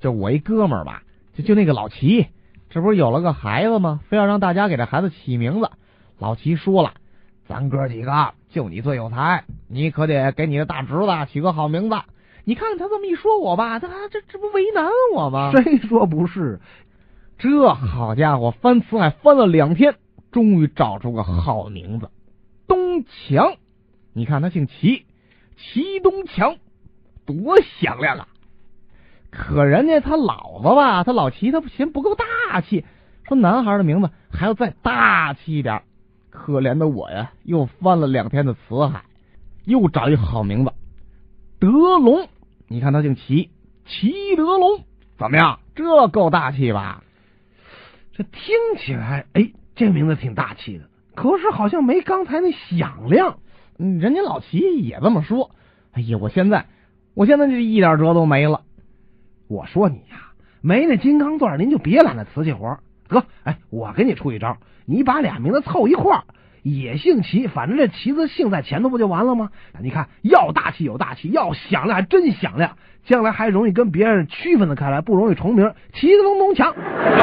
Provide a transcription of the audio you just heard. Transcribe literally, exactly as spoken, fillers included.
就我一哥们儿吧，就就那个老齐，这不是有了个孩子吗？非要让大家给这孩子起名字。老齐说了，咱哥几个就你最有才，你可得给你的大侄子起个好名字。你看他这么一说我吧，他这这不为难我吗？ 谁说不是？ 这好家伙，翻词海翻了两天，终于找出个好名字，东强。你看他姓齐，齐东强，多响亮啊！可人家他老子吧，他老齐他嫌不够大气，说男孩的名字还要再大气一点。可怜的我呀，又翻了两天的词海，又找一个好名字，德龙。你看他姓齐，齐德龙，怎么样？这够大气吧？ 这听起来，哎，这名字挺大气的，可是好像没刚才那响亮。 嗯，人家老齐也这么说。哎呀，我现在，我现在这一点辙都没了。 我说你呀，没那金刚钻，您就别揽那瓷器活。得，哎，我给你出一招，你把俩名字凑一块儿，也姓齐，反正这齐字姓在前头不就完了吗？你看，要大气有大气，要响亮还真响亮，将来还容易跟别人区分得开来，不容易重名。齐德龙东强。